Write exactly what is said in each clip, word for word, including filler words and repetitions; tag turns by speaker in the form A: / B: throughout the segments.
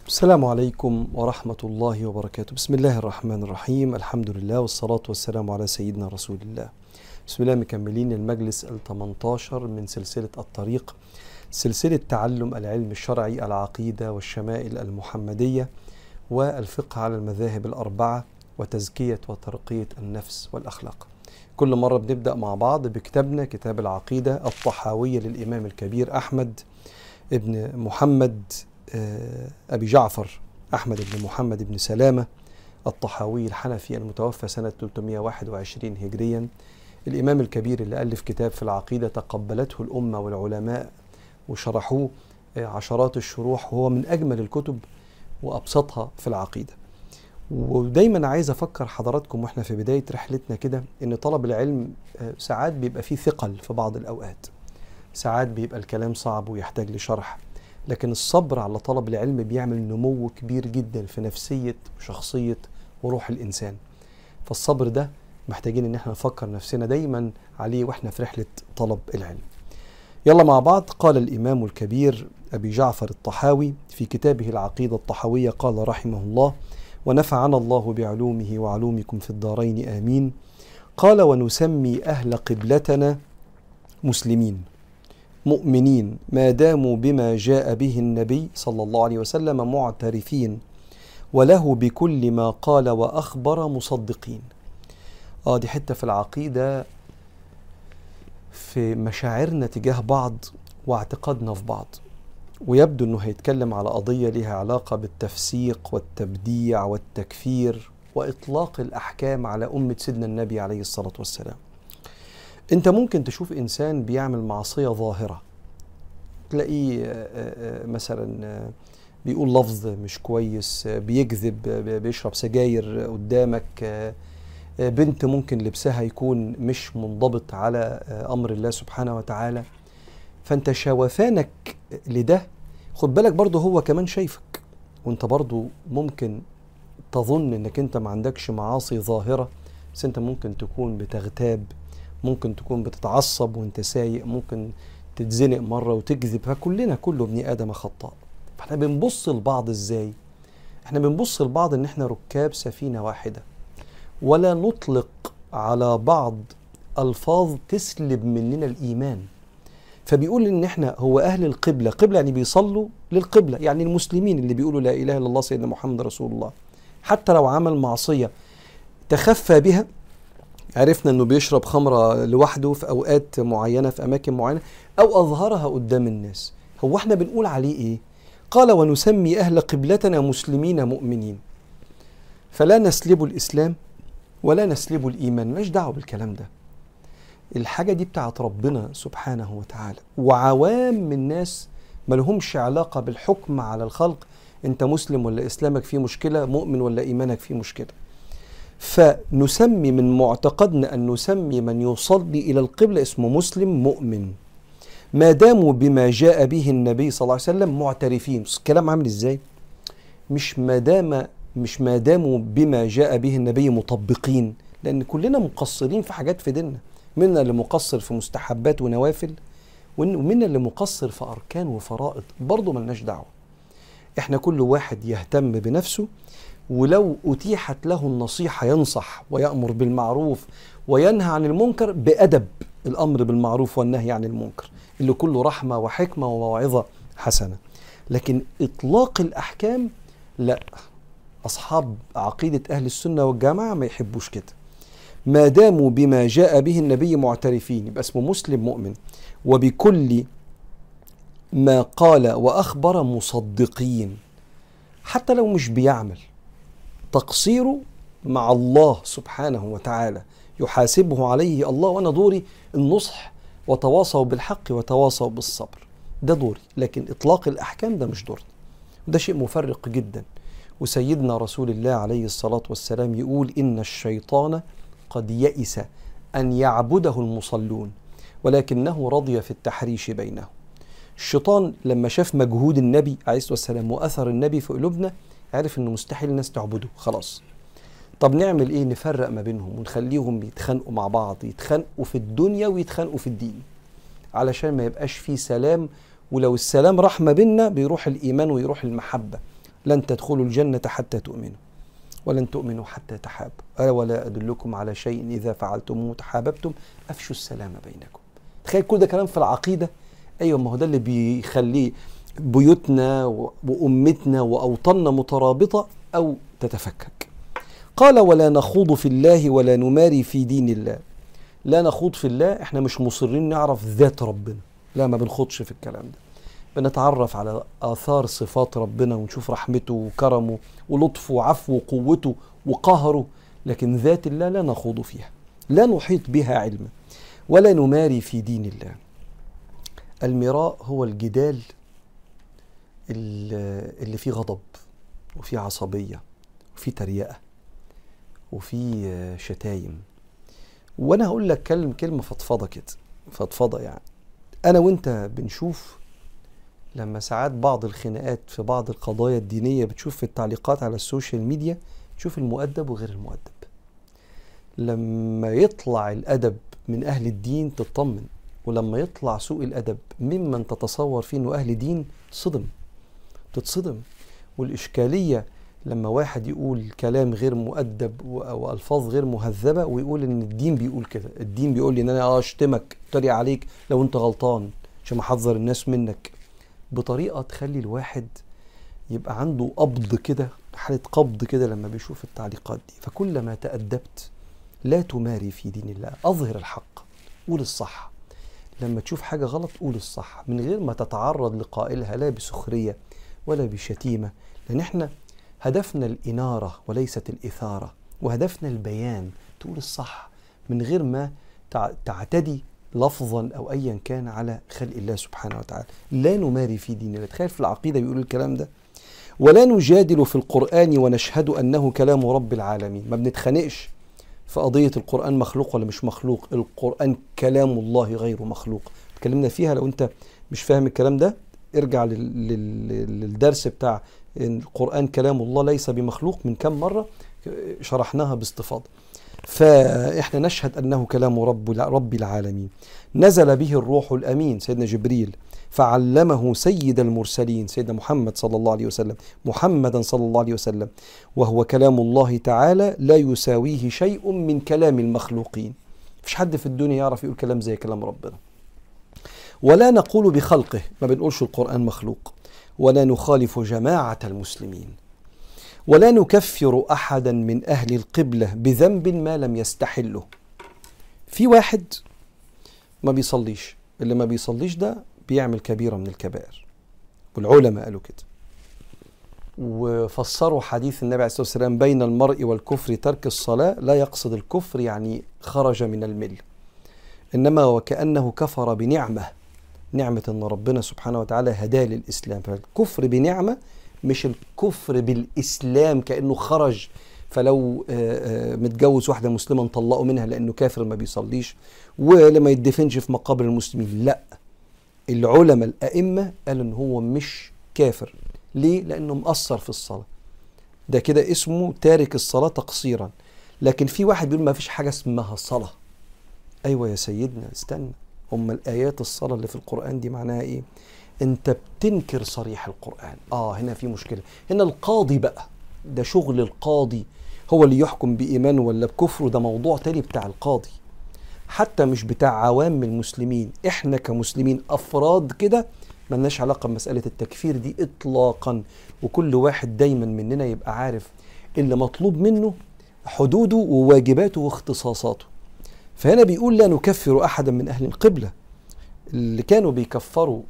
A: السلام عليكم ورحمة الله وبركاته. بسم الله الرحمن الرحيم. الحمد لله والصلاة والسلام على سيدنا رسول الله. بسم الله. مكملين المجلس الثمنتاشر من سلسلة الطريق، سلسلة تعلم العلم الشرعي، العقيدة والشمائل المحمدية والفقه على المذاهب الأربعة وتزكية وترقية النفس والأخلاق. كل مرة بنبدأ مع بعض بكتابنا كتاب العقيدة الطحاوية للإمام الكبير أحمد ابن محمد أبي جعفر أحمد بن محمد بن سلامة الطحاوي الحنفي المتوفى سنة ثلاثمائة وواحد وعشرين هجريا. الإمام الكبير اللي ألف كتاب في العقيدة تقبلته الأمة والعلماء وشرحوه عشرات الشروح، وهو من أجمل الكتب وأبسطها في العقيدة. ودايما عايز أفكر حضراتكم وإحنا في بداية رحلتنا كده إن طلب العلم ساعات بيبقى فيه ثقل في بعض الأوقات، ساعات بيبقى الكلام صعب ويحتاج لشرح، لكن الصبر على طلب العلم بيعمل نمو كبير جدا في نفسية وشخصية وروح الإنسان. فالصبر ده محتاجين ان احنا نفكر نفسنا دايما عليه واحنا في رحلة طلب العلم. يلا مع بعض. قال الإمام الكبير أبي جعفر الطحاوي في كتابه العقيدة الطحاوية، قال رحمه الله ونفعنا الله بعلومه وعلومكم في الدارين آمين. قال: ونسمي أهل قبلتنا مسلمين مؤمنين ما داموا بما جاء به النبي صلى الله عليه وسلم معترفين وله بكل ما قال وأخبر مصدقين. آه دي حتة في العقيدة في مشاعرنا تجاه بعض واعتقادنا في بعض، ويبدو أنه هيتكلم على قضية لها علاقة بالتفسيق والتبديع والتكفير وإطلاق الأحكام على أمة سيدنا النبي عليه الصلاة والسلام. انت ممكن تشوف انسان بيعمل معصية ظاهرة، تلاقيه مثلا بيقول لفظ مش كويس، بيكذب، بيشرب سجاير قدامك، بنت ممكن لبسها يكون مش منضبط على امر الله سبحانه وتعالى، فانت شوفانك لده خد بالك برضه هو كمان شايفك، وانت برضه ممكن تظن انك انت ما عندكش معاصي ظاهرة، بس انت ممكن تكون بتغتاب، ممكن تكون بتتعصب وانت سايق، ممكن تتزنق مرة وتكذب، فكلنا كله ابن آدم خطاء. فاحنا بنبص لبعض ازاي؟ احنا بنبص لبعض ان احنا ركاب سفينة واحدة، ولا نطلق على بعض ألفاظ تسلب مننا الإيمان. فبيقول ان احنا هو أهل القبلة، قبلة يعني بيصلوا للقبلة، يعني المسلمين اللي بيقولوا لا إله إلا الله سيدنا محمد رسول الله، حتى لو عمل معصية تخفى بها، عرفنا انه بيشرب خمرة لوحده في اوقات معينة في اماكن معينة او اظهرها قدام الناس، هو احنا بنقول عليه ايه؟ قال: ونسمي اهل قبلتنا مسلمين مؤمنين، فلا نسلب الاسلام ولا نسلب الايمان، مالناش دعوه بالكلام ده. الحاجة دي بتاعت ربنا سبحانه وتعالى، وعوام الناس ملهمش علاقة بالحكم على الخلق، انت مسلم ولا اسلامك فيه مشكلة، مؤمن ولا ايمانك فيه مشكلة. فنسمي من معتقدنا أن نسمي من يصلي إلى القبلة اسمه مسلم مؤمن ما داموا بما جاء به النبي صلى الله عليه وسلم معترفين. الكلام عامل إزاي؟ مش ما دام مش ما داموا بما جاء به النبي مطبقين، لأن كلنا مقصرين في حاجات في ديننا، منا اللي مقصر في مستحبات ونوافل، ومنا اللي مقصر في أركان وفرائض، برضه ملناش دعوة. إحنا كل واحد يهتم بنفسه، ولو أتيحت له النصيحة ينصح ويأمر بالمعروف وينهى عن المنكر بأدب، الأمر بالمعروف والنهي عن المنكر اللي كله رحمة وحكمة وموعظة حسنة. لكن إطلاق الأحكام لا، أصحاب عقيدة أهل السنة والجماعة ما يحبوش كده. ما داموا بما جاء به النبي معترفين، يبقى اسمه مسلم مؤمن، وبكل ما قال وأخبر مصدقين، حتى لو مش بيعمل، تقصيره مع الله سبحانه وتعالى يحاسبه عليه الله، وانا دوري النصح وتواصوا بالحق وتواصوا بالصبر، ده دوري. لكن اطلاق الاحكام ده مش دورنا، وده شيء مفرق جدا. وسيدنا رسول الله عليه الصلاة والسلام يقول: ان الشيطان قد يئس ان يعبده المصلون ولكنه رضي في التحريش بينهم. الشيطان لما شاف مجهود النبي عليه الصلاة والسلام واثر النبي في قلوبنا، عارف انه مستحيل الناس تعبده خلاص. طب نعمل ايه؟ نفرق ما بينهم ونخليهم يتخانقوا مع بعض، يتخانقوا في الدنيا ويتخانقوا في الدين، علشان ما يبقاش فيه سلام. ولو السلام راح ما بيننا بيروح الايمان ويروح المحبة، لن تدخلوا الجنة حتى تؤمنوا ولن تؤمنوا حتى تحابوا ألا ولا أدلكم على شيء إذا فعلتموه تحاببتم أفشوا السلام بينكم. تخيل كل ده كلام في العقيدة. أيوة، ما هو ده اللي بيخليه بيوتنا وأمتنا وأوطاننا مترابطة أو تتفكك. قال ولا نخوض في الله ولا نماري في دين الله. لا نخوض في الله، احنا مش مصرين نعرف ذات ربنا، لا ما بنخوضش في الكلام ده. بنتعرف على آثار صفات ربنا ونشوف رحمته وكرمه ولطفه وعفوه وقوته وقهره، لكن ذات الله لا نخوض فيها، لا نحيط بها علما، ولا نماري في دين الله. المراء هو الجدال اللي فيه غضب وفيه عصبية وفيه تريقة وفيه شتايم. وانا هقول لك كلمة كلمة فضفضة كده، فضفضة يعني. انا وانت بنشوف لما ساعات بعض الخناقات في بعض القضايا الدينية بتشوف في التعليقات على السوشيال ميديا، تشوف المؤدب وغير المؤدب. لما يطلع الأدب من أهل الدين تطمن، ولما يطلع سوء الأدب ممن تتصور فيه أنه أهل دين صدم، تتصدم. والإشكالية لما واحد يقول كلام غير مؤدب أو ألفاظ غير مهذبة ويقول إن الدين بيقول كده، الدين بيقول لي إن أنا أشتمك أتريق عليك لو أنت غلطان عشان أحذر الناس منك، بطريقة تخلي الواحد يبقى عنده قبض كده، حالة قبض كده لما بيشوف التعليقات دي. فكلما تأدبت لا تماري في دين الله، أظهر الحق، قول الصح. لما تشوف حاجة غلط قول الصح من غير ما تتعرض لقائلها لا بسخرية ولا بشتيمة، لأن احنا هدفنا الإنارة وليست الإثارة، وهدفنا البيان، تقول الصح من غير ما تعتدي لفظا أو أيا كان على خلق الله سبحانه وتعالى. لا نماري في دين الله. تخيل في العقيدة بيقول الكلام ده. ولا نجادل في القرآن ونشهد أنه كلام رب العالمين. ما بنتخانقش في قضية القرآن مخلوق ولا مش مخلوق، القرآن كلام الله غير مخلوق. اتكلمنا فيها، لو انت مش فاهم الكلام ده ارجع للدرس بتاع القرآن كلام الله ليس بمخلوق من كم مرة شرحناها باستفاضة. فإحنا نشهد أنه كلام رب رب العالمين، نزل به الروح الأمين سيدنا جبريل فعلمه سيد المرسلين سيدنا محمد صلى الله عليه وسلم، محمدا صلى الله عليه وسلم، وهو كلام الله تعالى لا يساويه شيء من كلام المخلوقين. مفيش حد في الدنيا يعرف يقول كلام زي كلام ربنا. ولا نقول بخلقه، ما بنقولش القرآن مخلوق، ولا نخالف جماعة المسلمين، ولا نكفر أحدا من أهل القبلة بذنب ما لم يستحله. في واحد ما بيصليش، اللي ما بيصليش ده بيعمل كبيرة من الكبائر، والعلماء قالوا كده، وفسروا حديث النبي عليه الصلاة والسلام بين المرء والكفر ترك الصلاة، لا يقصد الكفر يعني خرج من المل، إنما وكأنه كفر بنعمة، نعمة أن ربنا سبحانه وتعالى هداه للإسلام. فالكفر بنعمة مش الكفر بالإسلام كأنه خرج، فلو متجوز واحدة مسلمة نطلقه منها لأنه كافر ما بيصليش ولما يدفنش في مقابر المسلمين. لا، العلماء الأئمة قالوا إن هو مش كافر. ليه؟ لأنه مقصر في الصلاة، ده كده اسمه تارك الصلاة تقصيرا. لكن في واحد بيقول ما فيش حاجة اسمها صلاة. أيوة يا سيدنا استنى، هم الآيات الصلاة اللي في القرآن دي معناها إيه؟ أنت بتنكر صريح القرآن. آه هنا في مشكلة. هنا القاضي بقى، ده شغل القاضي، هو اللي يحكم بإيمانه ولا بكفره، ده موضوع تاني بتاع القاضي، حتى مش بتاع عوام المسلمين. إحنا كمسلمين أفراد كده ملناش علاقة بمسألة التكفير دي إطلاقا. وكل واحد دايما مننا يبقى عارف اللي مطلوب منه حدوده وواجباته واختصاصاته. فهنا بيقول لا نكفر أحدا من أهل القبلة. اللي كانوا بيكفروا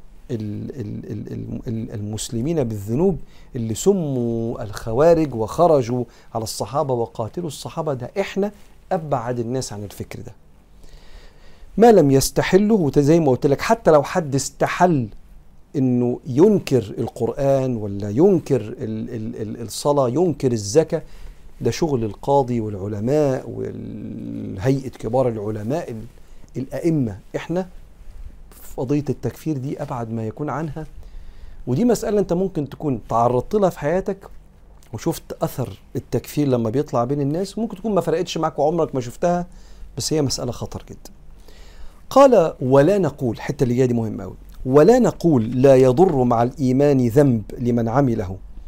A: المسلمين بالذنوب اللي سموا الخوارج وخرجوا على الصحابة وقاتلوا الصحابة، ده إحنا أبعد الناس عن الفكر ده. ما لم يستحله، وزي ما قلت لك حتى لو حد استحل إنه ينكر القرآن ولا ينكر ال ال الصلاة، ينكر الزكاة، ده شغل القاضي والعلماء والهيئة كبار العلماء الأئمة. إحنا في قضية التكفير دي أبعد ما يكون عنها. ودي مسألة أنت ممكن تكون تعرضت لها في حياتك وشفت أثر التكفير لما بيطلع بين الناس، ممكن تكون ما فرقتش معك وعمرك ما شفتها، بس هي مسألة خطر جدا. قال ولا نقول، الحتة اللي جاية دي مهمة أوي، ولا نقول لا يضر مع الإيمان ذنب لمن عمله،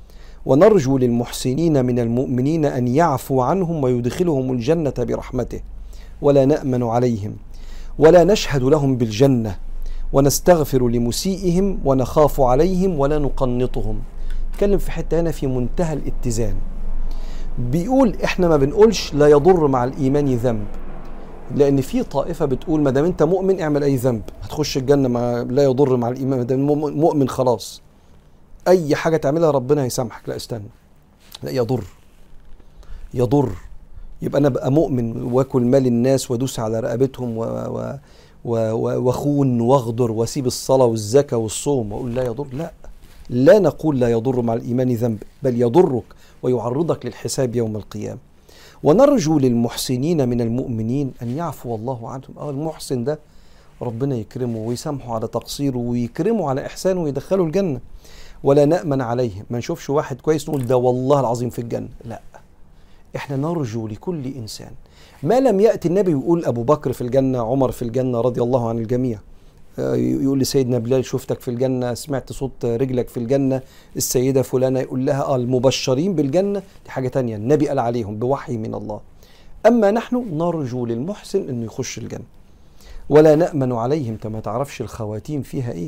A: ونرجو للمحسنين من المؤمنين أن يعفو عنهم ويدخلهم الجنة برحمته ولا نأمن عليهم ولا نشهد لهم بالجنة ونستغفر لمسيئهم ونخاف عليهم ولا نقنطهم. اتكلم في حتة هنا في منتهى الاتزان، بيقول احنا ما بنقولش لا يضر مع الإيمان ذنب، لأن في طائفة بتقول ما دام أنت مؤمن اعمل أي ذنب هتخش الجنة، ما لا يضر مع الإيمان، ما دام مؤمن خلاص أي حاجة تعملها ربنا هيسامحك. لا استنى، لا يضر، يضر. يبقى أنا بقى مؤمن واكل مال الناس وادوس على رقبتهم و و وخون واغدر واسيب الصلاة والزكاة والصوم واقول لا يضر؟ لا، لا نقول لا يضر مع الإيمان ذنب، بل يضرك ويعرضك للحساب يوم القيامة. ونرجو للمحسنين من المؤمنين أن يعفو الله عنهم. اه المحسن ده ربنا يكرمه ويسامحه على تقصيره ويكرمه على إحسانه ويدخله الجنة. ولا نأمن عليه، ما نشوفش واحد كويس نقول ده والله العظيم في الجنة، لا، احنا نرجو لكل إنسان ما لم يأتي النبي يقول أبو بكر في الجنة، عمر في الجنة رضي الله عن الجميع، يقول لسيدنا بلال شفتك في الجنة، سمعت صوت رجلك في الجنة، السيدة فلانة يقول لها آه المبشرين بالجنة، دي حاجة تانية النبي قال عليهم بوحي من الله. أما نحن نرجو للمحسن أنه يخش الجنة. ولا نأمن عليهم، انت ما تعرفش الخواتيم فيها إيه.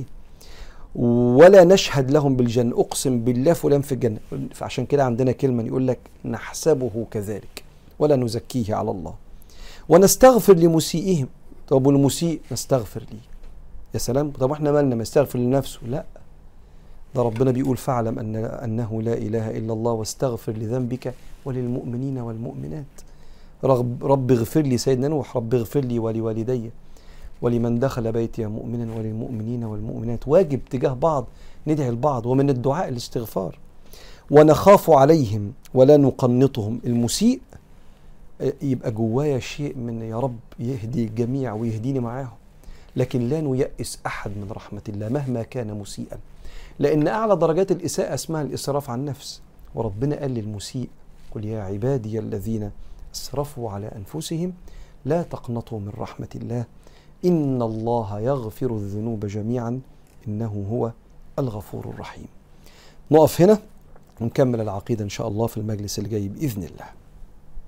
A: ولا نشهد لهم بالجنة، أقسم بالله فلان في الجنة، فعشان كده عندنا كلمة يقول لك نحسبه كذلك ولا نزكيه على الله. ونستغفر لمسيئهم، طب والمسيء نستغفر ليه، يا سلام، طب احنا مالنا، ما يستغفر لنفسه؟ لا، ده ربنا بيقول فاعلم أن أنه لا إله إلا الله واستغفر لذنبك وللمؤمنين والمؤمنات. رب, رب اغفر لي، سيدنا نوح، رب اغفر لي ولوالدي ولمن دخل بيتي مؤمنا وللمؤمنين والمؤمنات. واجب تجاه بعض ندعي البعض، ومن الدعاء الاستغفار. ونخاف عليهم ولا نقنطهم، المسيء يبقى جوايا شيء من يا رب يهدي الجميع ويهديني معاهم، لكن لا نيأس أحد من رحمة الله مهما كان مسيئا، لأن أعلى درجات الإساءة اسمها الإسراف عن النفس. وربنا قال للمسيء قل يا عبادي الذين أسرفوا على أنفسهم لا تقنطوا من رحمة الله إن الله يغفر الذنوب جميعا إنه هو الغفور الرحيم. نقف هنا ونكمل العقيدة إن شاء الله في المجلس الجاي بإذن الله.